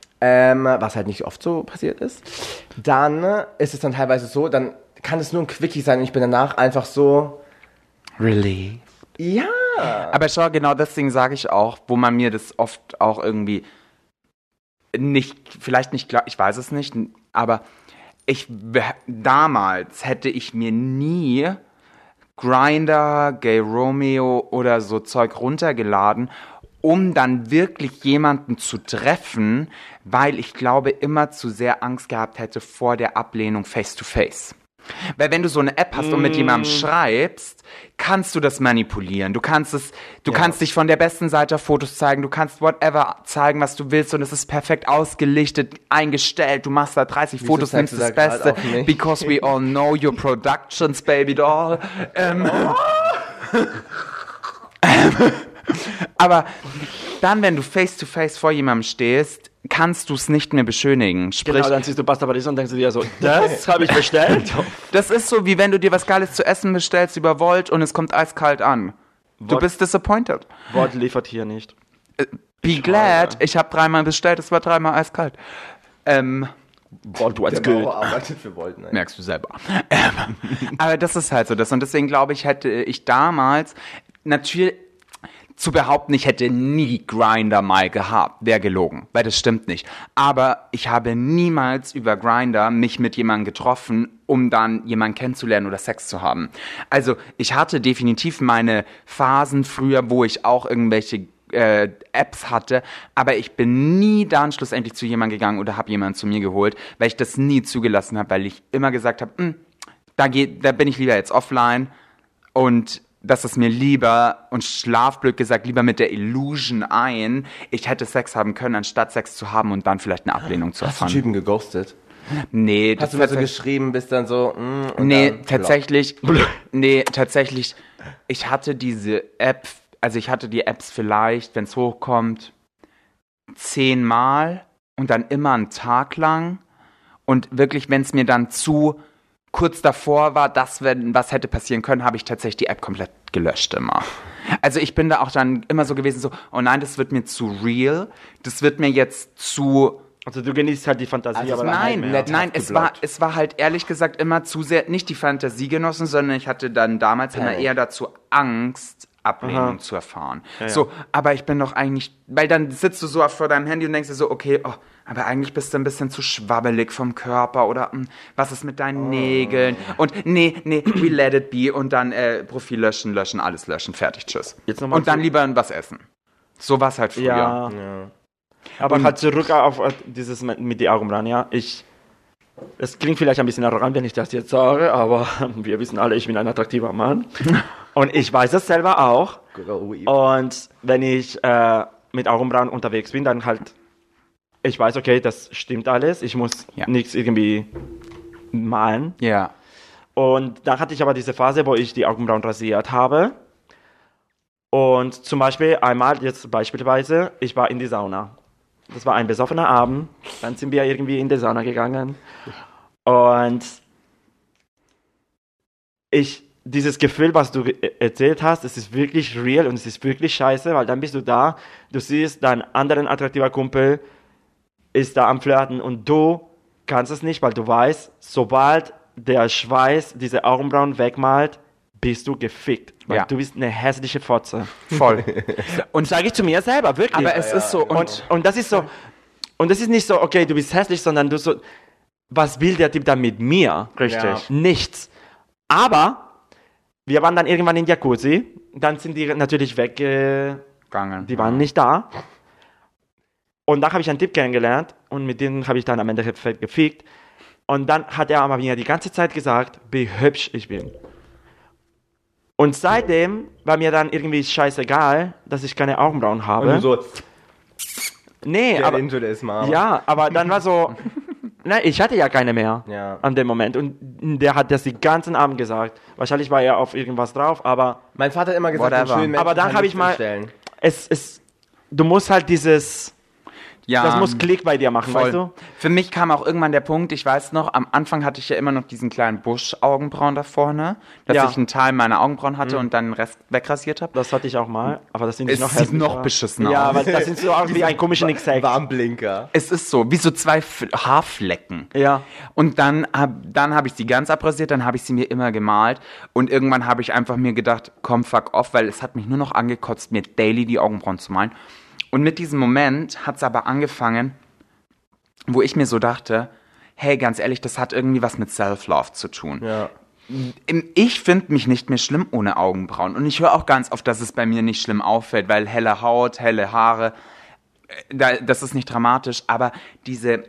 was halt nicht oft so passiert ist, dann ist es dann teilweise so, dann kann es nur ein Quickie sein und ich bin danach einfach so, Really? ja. Aber schau, genau deswegen sage ich auch, wo man mir das oft auch irgendwie vielleicht nicht klar, ich weiß es nicht, aber damals hätte ich mir nie Grindr, Gay Romeo oder so Zeug runtergeladen, um dann wirklich jemanden zu treffen, weil ich glaube, immer zu sehr Angst gehabt hätte vor der Ablehnung face to face. Weil wenn du so eine App hast und mit jemandem schreibst, kannst du das manipulieren. Du kannst kannst dich von der besten Seite Fotos zeigen, du kannst whatever zeigen, was du willst und es ist perfekt ausgelichtet, eingestellt. Du machst da 30 Fotos, zeigst nimmst du das da grad Beste. auf mich? Because we all know your productions, baby doll. Aber dann, wenn du face to face vor jemandem stehst, kannst du es nicht mehr beschönigen. Sprich, Genau, dann siehst du Pasta Paradiso und denkst du dir so, das habe ich bestellt. das ist so, wie wenn du dir was Geiles zu essen bestellst über Volt und es kommt eiskalt an. Du bist disappointed. Wort liefert hier nicht. Be glad, ich habe 3-mal bestellt, es war 3-mal eiskalt. Wort, what's Der good. Mauro arbeitet für Volt, ne? Merkst du selber. Aber das ist halt so das. Und deswegen glaube ich, hätte ich damals natürlich zu behaupten, ich hätte nie Grindr mal gehabt, wäre gelogen, weil das stimmt nicht. Aber ich habe niemals über Grindr mich mit jemandem getroffen, um dann jemanden kennenzulernen oder Sex zu haben. Also ich hatte definitiv meine Phasen früher, wo ich auch irgendwelche Apps hatte, aber ich bin nie dann schlussendlich zu jemandem gegangen oder habe jemanden zu mir geholt, weil ich das nie zugelassen habe, weil ich immer gesagt habe, da bin ich lieber jetzt offline und das ist mir lieber, und schlafblöd gesagt, lieber mit der Illusion ein, ich hätte Sex haben können, anstatt Sex zu haben und dann vielleicht eine Ablehnung zu Hast du erfahren. Typen geghostet? Nee, Hast du mir so geschrieben, bist dann so, und Nee, dann tatsächlich, ich hatte diese App, also ich hatte die Apps vielleicht, wenn es hochkommt, 10-mal und dann immer einen Tag lang und wirklich, wenn es mir dann zu kurz davor war, dass wenn was hätte passieren können, habe ich tatsächlich die App komplett gelöscht immer. Also ich bin da auch dann immer so gewesen, so, oh nein, das wird mir zu real, das wird mir jetzt zu... Also du genießt halt die Fantasie, Also aber Nein, dann nett nein, geblockt. es war halt ehrlich gesagt immer zu sehr, nicht die Fantasie genossen, sondern ich hatte dann damals immer Panik. eher dazu Angst, Ablehnung zu erfahren. Ja. So, aber ich bin doch eigentlich, weil dann sitzt du so vor deinem Handy und denkst dir so, okay, oh, aber eigentlich bist du ein bisschen zu schwabbelig vom Körper oder was ist mit deinen Nägeln? Und nee, we let it be und dann Profil löschen, alles löschen, fertig, tschüss. Jetzt noch mal Und dann zu- lieber was essen. So war es halt früher. Ja. Aber halt zurück auf dieses mit die Augen ran, ja. Es klingt vielleicht ein bisschen arrogant, wenn ich das jetzt sage, aber wir wissen alle, ich bin ein attraktiver Mann. Und ich weiß es selber auch. Und wenn ich mit Augenbrauen unterwegs bin, dann halt, ich weiß, okay, das stimmt alles, ich muss nichts irgendwie malen. Ja. Und dann hatte ich aber diese Phase, wo ich die Augenbrauen rasiert habe. Und zum Beispiel einmal, jetzt beispielsweise, ich war in die Sauna. Das war ein besoffener Abend. Dann sind wir irgendwie in die Sauna gegangen. Und dieses Gefühl, was du erzählt hast, es ist wirklich real und es ist wirklich scheiße, weil dann bist du da, du siehst, dein anderen attraktiver Kumpel ist da am Flirten und du kannst es nicht, weil du weißt, sobald der Schweiß diese Augenbrauen wegmalt, bist du gefickt. Weil du bist eine hässliche Fotze. Voll. Und sage ich zu mir selber, wirklich. Aber es ist so. Und das ist so, und das ist nicht so, okay, du bist hässlich, sondern du so, was will der Typ da mit mir? Richtig. Ja. Nichts. Aber wir waren dann irgendwann in Jacuzzi, dann sind die natürlich weggegangen. Die waren nicht da. Und dann habe ich einen Typ kennengelernt und mit dem habe ich dann am Ende gefickt. Und dann hat er aber mir die ganze Zeit gesagt, wie hübsch ich bin. Und seitdem war mir dann irgendwie scheißegal, dass ich keine Augenbrauen habe. Und du so, nee, aber into this, Mama. ja, aber dann war so, nein, ich hatte ja keine mehr an dem Moment. Und der hat das den ganzen Abend gesagt. Wahrscheinlich war er auf irgendwas drauf, aber mein Vater hat immer gesagt, einen schönen Menschen aber dann kann habe ich nichts mal, entstellen. du musst halt das muss Klick bei dir machen, voll. weißt du? Für mich kam auch irgendwann der Punkt, ich weiß noch, am Anfang hatte ich ja immer noch diesen kleinen Busch-Augenbrauen da vorne, dass ich einen Teil meiner Augenbrauen hatte und dann den Rest wegrasiert habe. Das hatte ich auch mal, aber das sind Es noch sieht noch beschissener Ja, aus. aber das sind so aus wie ein komischer Nixack. Warmblinker. Es ist so, wie so zwei Haarflecken. Ja. Und dann habe ich sie ganz abrasiert, dann habe ich sie mir immer gemalt und irgendwann habe ich einfach mir gedacht, komm, fuck off, weil es hat mich nur noch angekotzt, mir daily die Augenbrauen zu malen. Und mit diesem Moment hat es aber angefangen, wo ich mir so dachte, hey, ganz ehrlich, das hat irgendwie was mit Self-Love zu tun. Ja. Ich finde mich nicht mehr schlimm ohne Augenbrauen. Und ich höre auch ganz oft, dass es bei mir nicht schlimm auffällt, weil helle Haut, helle Haare, das ist nicht dramatisch. Aber diese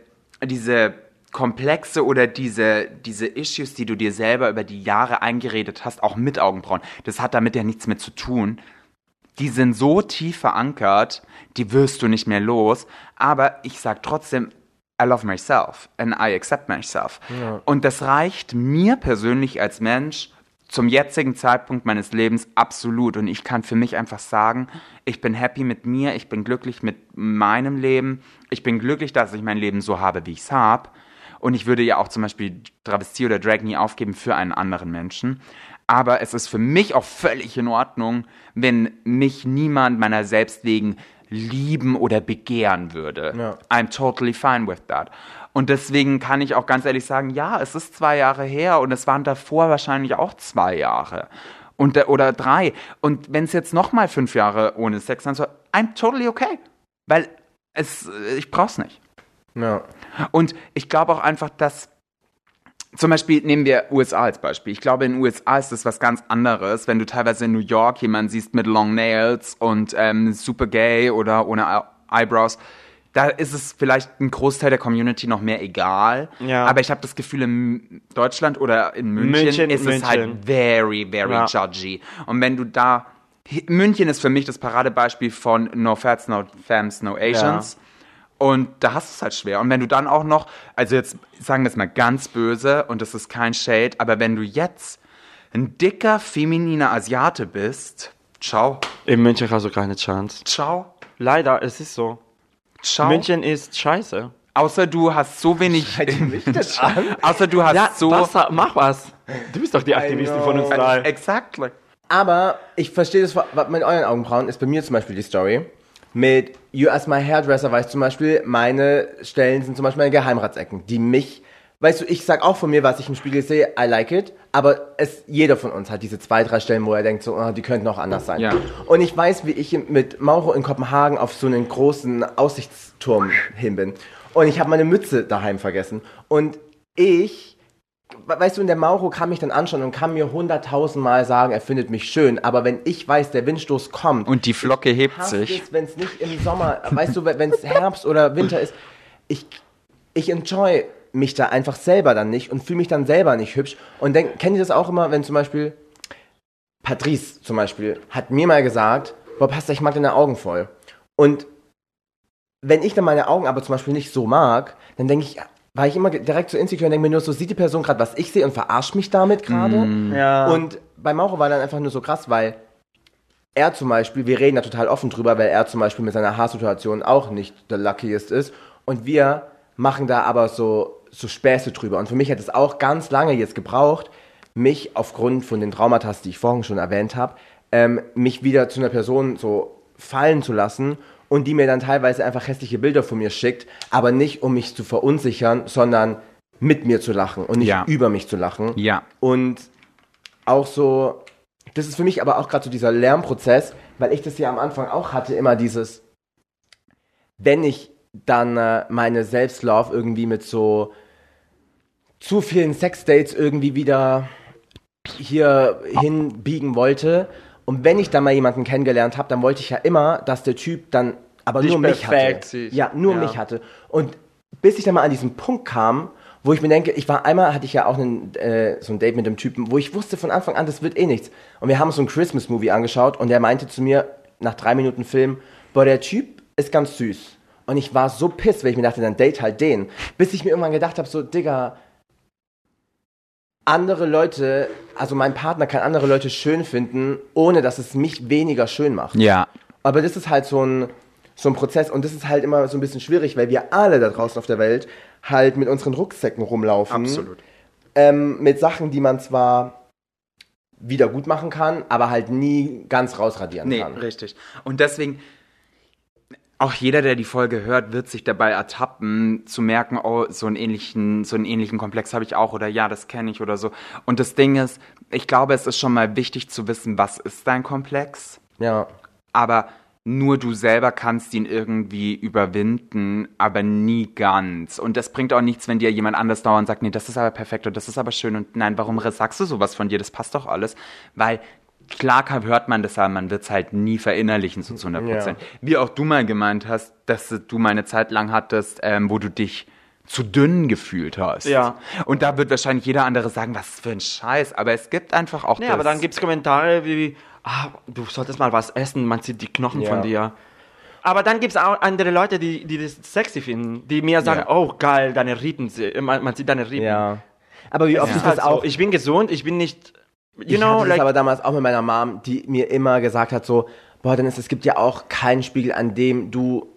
Komplexe oder diese Issues, die du dir selber über die Jahre eingeredet hast, auch mit Augenbrauen, das hat damit ja nichts mehr zu tun. Die sind so tief verankert, die wirst du nicht mehr los. Aber ich sag trotzdem, I love myself and I accept myself. Ja. Und das reicht mir persönlich als Mensch zum jetzigen Zeitpunkt meines Lebens absolut. Und ich kann für mich einfach sagen, ich bin happy mit mir, ich bin glücklich mit meinem Leben. Ich bin glücklich, dass ich mein Leben so habe, wie ich es habe. Und ich würde ja auch zum Beispiel Travestie oder Drag nie aufgeben für einen anderen Menschen. Aber es ist für mich auch völlig in Ordnung, wenn mich niemand meiner selbst wegen lieben oder begehren würde. Ja. I'm totally fine with that. Und deswegen kann ich auch ganz ehrlich sagen, ja, es ist 2 Jahre her und es waren davor wahrscheinlich auch 2 Jahre. Oder 3. Und wenn es jetzt nochmal 5 Jahre ohne Sex sein soll, I'm totally okay. Weil ich brauch's nicht. Ja. Und ich glaube auch einfach, dass zum Beispiel nehmen wir USA als Beispiel. Ich glaube, in den USA ist das was ganz anderes, wenn du teilweise in New York jemanden siehst mit Long Nails und super gay oder ohne Eyebrows. Da ist es vielleicht ein Großteil der Community noch mehr egal. Ja. Aber ich habe das Gefühl, in Deutschland oder in München ist es halt very, very judgy. Und wenn du da... München ist für mich das Paradebeispiel von No Fats, No Femmes, No Asians. Ja. Und da hast du es halt schwer. Und wenn du dann auch noch, also jetzt sagen wir es mal ganz böse und das ist kein Shade, aber wenn du jetzt ein dicker, femininer Asiate bist, ciao. In München hast du keine Chance. Ciao. Leider, es ist so. Ciao. München ist scheiße. Außer du hast so wenig... Außer du hast mach was. Du bist doch die Aktivistin von uns drei. Exactly. Aber ich verstehe das mit euren Augenbrauen, ist bei mir zum Beispiel die Story. Mit You as my hairdresser weiß zum Beispiel, meine Stellen sind zum Beispiel meine Geheimratsecken, die mich, weißt du, ich sag auch von mir, was ich im Spiegel sehe, I like it, aber jeder von uns hat diese 2, 3 Stellen, wo er denkt, so, die könnten auch anders sein. Ja. Und ich weiß, wie ich mit Mauro in Kopenhagen auf so einen großen Aussichtsturm hin bin. Und ich habe meine Mütze daheim vergessen. Und weißt du, und der Mauro kann mich dann anschauen und kann mir 100.000 Mal sagen, er findet mich schön. Aber wenn ich weiß, der Windstoß kommt... Und die Flocke hebt sich. Wenn es nicht im Sommer, weißt du, wenn es Herbst oder Winter ist, ich enjoy mich da einfach selber dann nicht und fühle mich dann selber nicht hübsch. Und kennt ihr das auch immer, wenn zum Beispiel... Patrice zum Beispiel hat mir mal gesagt, boah, Pastor, ich mag deine Augen voll. Und wenn ich dann meine Augen aber zum Beispiel nicht so mag, dann denke ich, war ich immer direkt so insecure und denke mir nur so, sieht die Person gerade, was ich sehe und verarscht mich damit gerade? Ja. Und bei Mauro war dann einfach nur so krass, weil er zum Beispiel, wir reden da total offen drüber, weil er zum Beispiel mit seiner Haarsituation auch nicht der luckiest ist und wir machen da aber so Späße drüber. Und für mich hat es auch ganz lange jetzt gebraucht, mich aufgrund von den Traumata, die ich vorhin schon erwähnt habe, mich wieder zu einer Person so fallen zu lassen und die mir dann teilweise einfach hässliche Bilder von mir schickt, aber nicht um mich zu verunsichern, sondern mit mir zu lachen und nicht über mich zu lachen. Ja. Und auch so, das ist für mich aber auch gerade so dieser Lernprozess, weil ich das ja am Anfang auch hatte, immer dieses, wenn ich dann meine Selbstlove irgendwie mit so zu vielen Sexdates irgendwie wieder hier hinbiegen wollte. Und wenn ich dann mal jemanden kennengelernt habe, dann wollte ich ja immer, dass der Typ dann aber Dich nur mich perfekt hatte. sieht. Ja, nur Ja. mich hatte. Und bis ich dann mal an diesen Punkt kam, wo ich mir denke, hatte ich ja auch so ein Date mit dem Typen, wo ich wusste von Anfang an, das wird eh nichts. Und wir haben so einen Christmas-Movie angeschaut und der meinte zu mir, nach 3 Minuten Film, boah, der Typ ist ganz süß. Und ich war so pissed, weil ich mir dachte, dann date halt den. Bis ich mir irgendwann gedacht habe, so, Digga, andere Leute, also mein Partner kann andere Leute schön finden, ohne dass es mich weniger schön macht. Ja. Aber das ist halt so ein Prozess und das ist halt immer so ein bisschen schwierig, weil wir alle da draußen auf der Welt halt mit unseren Rucksäcken rumlaufen. Absolut. Mit Sachen, die man zwar wieder gut machen kann, aber halt nie ganz rausradieren Nee, kann. richtig. Und deswegen, auch jeder, der die Folge hört, wird sich dabei ertappen, zu merken, oh, so einen ähnlichen Komplex habe ich auch oder ja, das kenne ich oder so. Und das Ding ist, ich glaube, es ist schon mal wichtig zu wissen, was ist dein Komplex? Ja. Aber nur du selber kannst ihn irgendwie überwinden, aber nie ganz. Und das bringt auch nichts, wenn dir jemand anders dauernd sagt, nee, das ist aber perfekt und das ist aber schön und nein, warum sagst du sowas von dir? Das passt doch alles. Weil klar hört man das, aber man wird es halt nie verinnerlichen, so zu 100%. Ja. Wie auch du mal gemeint hast, dass du mal eine Zeit lang hattest, wo du dich zu dünn gefühlt hast. Ja. Und da wird wahrscheinlich jeder andere sagen, was für ein Scheiß. Aber es gibt einfach auch Nee, das. aber dann gibt es Kommentare wie, du solltest mal was essen, man sieht die Knochen Ja. von dir. Aber dann gibt es auch andere Leute, die das sexy finden, die mir sagen, Ja. oh geil, deine Rippen, man sieht deine Rippen. Ja. Aber wie oft Das ist ist halt das auch... so. Ich bin gesund, ich bin nicht, Ich hatte das aber damals auch mit meiner Mom, die mir immer gesagt hat so, boah, es gibt ja auch keinen Spiegel, an dem du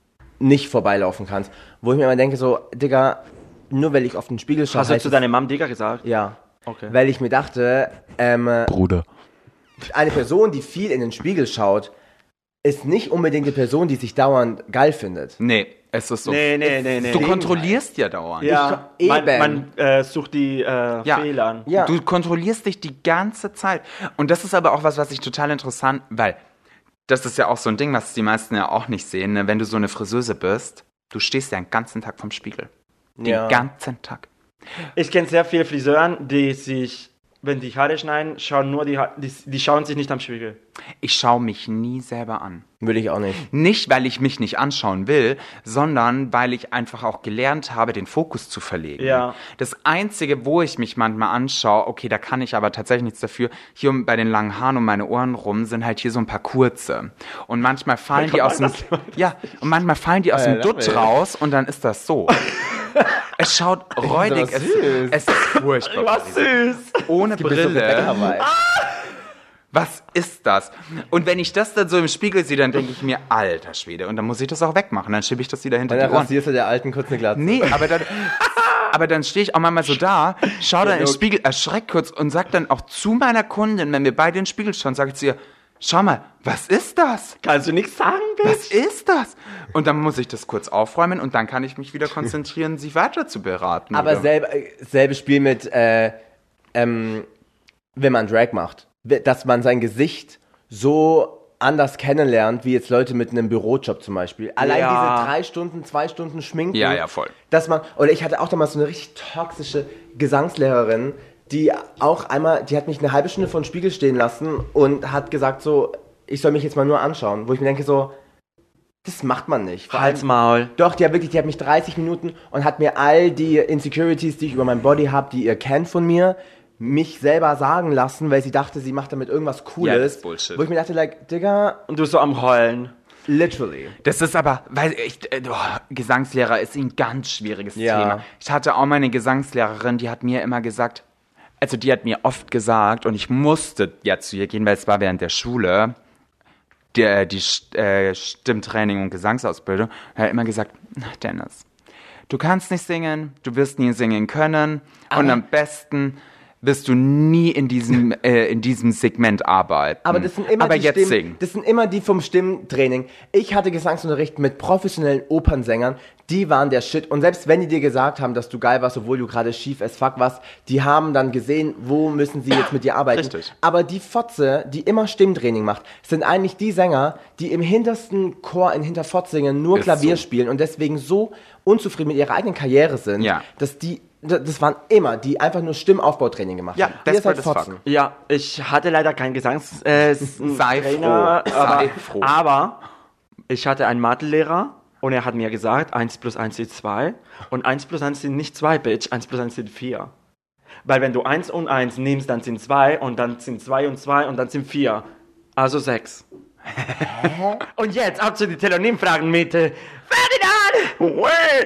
nicht vorbeilaufen kannst. Wo ich mir immer denke so, Digga, nur weil ich auf den Spiegel schaue, hast du heißt zu es- deiner Mom Digga gesagt? Ja. Okay. Weil ich mir dachte, Bruder. eine Person, die viel in den Spiegel schaut, ist nicht unbedingt die Person, die sich dauernd geil findet. Nee, es ist so. Nee. Du kontrollierst ja dauernd. Ja, Ich- man sucht die Fehler an. Ja. Du kontrollierst dich die ganze Zeit. Und das ist aber auch was ich total interessant, weil das ist ja auch so ein Ding, was die meisten ja auch nicht sehen. Ne? Wenn du so eine Friseuse bist, du stehst ja den ganzen Tag vorm Spiegel. Den Ja. ganzen Tag. Ich kenne sehr viele Friseuren, die sich, wenn die Haare schneiden, schauen nur die schauen sich nicht am Spiegel. Ich schaue mich nie selber an. Würde ich auch nicht. Nicht, weil ich mich nicht anschauen will, sondern weil ich einfach auch gelernt habe, den Fokus zu verlegen. Ja. Das Einzige, wo ich mich manchmal anschaue, okay, da kann ich aber tatsächlich nichts dafür, hier bei den langen Haaren um meine Ohren rum sind halt hier so ein paar kurze. Und manchmal fallen die aus dem, und manchmal fallen die aus dem love Dutt it. raus und dann ist das so. Es schaut räudig, aber süß. es ist furchtbar. Was süß! Ohne Brille. Hawaii. Was ist das? Und wenn ich das dann so im Spiegel sehe, dann denke ich mir, alter Schwede. Und dann muss ich das auch wegmachen. Dann schiebe ich das wieder hinter Dann die Ohren. rasierst du der Alten kurz eine Glatze. Nee, aber dann stehe ich auch manchmal so da, schau dann im Spiegel, erschreck kurz und sag dann auch zu meiner Kundin, wenn wir beide in den Spiegel schauen, sage ich zu ihr, schau mal, was ist das? Kannst du nichts sagen, Was Bitch? ist das? Und dann muss ich das kurz aufräumen und dann kann ich mich wieder konzentrieren, sie weiter zu beraten. Aber oder? selbes Spiel mit, wenn man Drag macht. Dass man sein Gesicht so anders kennenlernt, wie jetzt Leute mit einem Bürojob zum Beispiel. Allein Ja. diese 3 Stunden, 2 Stunden Schminken. Ja, voll. Oder ich hatte auch damals so eine richtig toxische Gesangslehrerin, die auch einmal, die hat mich eine halbe Stunde vor dem Spiegel stehen lassen und hat gesagt so, ich soll mich jetzt mal nur anschauen. Wo ich mir denke so, das macht man nicht. Vor allem- Halsmaul. Doch, die hat mich 30 Minuten und hat mir all die Insecurities, die ich über mein Body habe, die ihr kennt von mir, mich selber sagen lassen, weil sie dachte, sie macht damit irgendwas Cooles. Ja, das ist Bullshit. Wo ich mir dachte, like, Digga, Und du so am Heulen. Literally. Das ist aber, weil Gesangslehrer ist ein ganz schwieriges Ja. Thema. Ich hatte auch meine Gesangslehrerin, die hat mir immer gesagt, also die hat mir oft gesagt, und ich musste ja zu ihr gehen, weil es war während der Schule, die Stimmtraining und Gesangsausbildung, er hat immer gesagt, Dennis, du kannst nicht singen, du wirst nie singen können und am besten wirst du nie in diesem Segment arbeiten. Aber das sind immer Aber die jetzt singen. Das sind immer die vom Stimmtraining. Ich hatte Gesangsunterricht mit professionellen Opernsängern, die waren der Shit. Und selbst wenn die dir gesagt haben, dass du geil warst, obwohl du gerade schief as fuck warst, die haben dann gesehen, wo müssen sie jetzt mit dir arbeiten. Richtig. Aber die Fotze, die immer Stimmtraining macht, sind eigentlich die Sänger, die im hintersten Chor in Hinterfotzingen nur Ist Klavier so. spielen und deswegen so unzufrieden mit ihrer eigenen Karriere sind, Ja. dass das waren immer, die einfach nur Stimmaufbautraining gemacht Ja, haben. Ihr seid desperate as Fotzen. fuck. Ja, ich hatte leider keinen Gesangs Sei Trainer, froh. Sei froh. aber ich hatte einen Mathelehrer und er hat mir gesagt, 1 plus 1 ist 2 und 1 plus 1 sind nicht 2, Bitch, 1 plus 1 sind 4. Weil wenn du 1 und 1 nimmst, dann sind 2 und dann sind 2 und 2 und dann sind 4. Also 6. Und jetzt ab zu den Telonym-Fragen mit Ferdinand!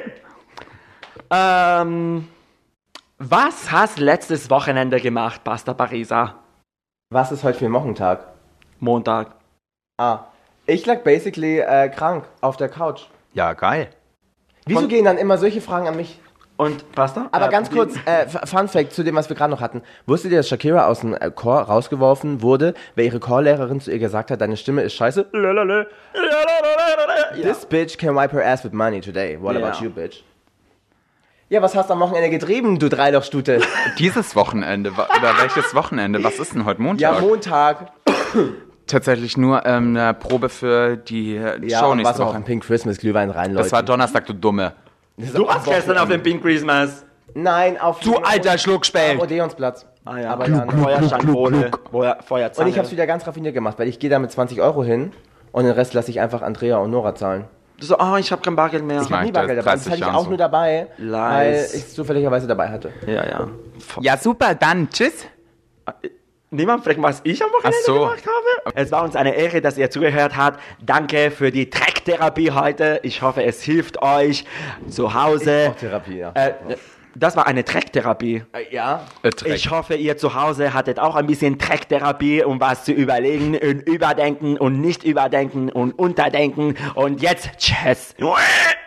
Was hast letztes Wochenende gemacht, Pasta Parisa? Was ist heute für ein Wochentag? Montag. Ich lag basically krank auf der Couch. Ja, geil. Wieso gehen dann immer solche Fragen an mich? Und Pasta? Aber ganz kurz, Fun Fact zu dem, was wir gerade noch hatten. Wusstet ihr, dass Shakira aus dem Chor rausgeworfen wurde, weil ihre Chorlehrerin zu ihr gesagt hat, deine Stimme ist scheiße? This bitch can wipe her ass with money today. What Ja. about you, bitch? Ja, was hast du am Wochenende getrieben, du Dreilochstute? Dieses Wochenende, oder welches Wochenende? Was ist denn heute Montag? Ja, Montag. Tatsächlich nur eine Probe für die Ja, Show und was nächste auch Woche. ein Pink Christmas Glühwein rein, Leute. Das war Donnerstag, du Dumme. Du warst gestern auf dem Pink Christmas. Nein, auf Du alter Schluckspell. Odeonsplatz. Ah ja, Aber ja, ne. Feuerschankohle, Feuerzange. Und ich hab's wieder ganz raffiniert gemacht, weil ich gehe da mit 20 Euro hin und den Rest lasse ich einfach Andrea und Nora zahlen. Du so, ich habe kein Bargeld mehr. Ich habe Mach nie ich Bargeld das dabei, das 30 hatte ich Jahren auch so. nur dabei, weil Lies. ich es zufälligerweise dabei hatte. Ja, ja. Ja, super, dann tschüss. Niemand fragt, was ich am Wochenende Ach so. gemacht habe. Es war uns eine Ehre, dass ihr zugehört habt. Danke für die Trecktherapie heute. Ich hoffe, es hilft euch zu Hause. Therapie, ja. Das war eine Trecktherapie. Ja. Ich hoffe, ihr zu Hause hattet auch ein bisschen Trecktherapie, um was zu überlegen und überdenken und nicht überdenken und unterdenken. Und jetzt, tschüss.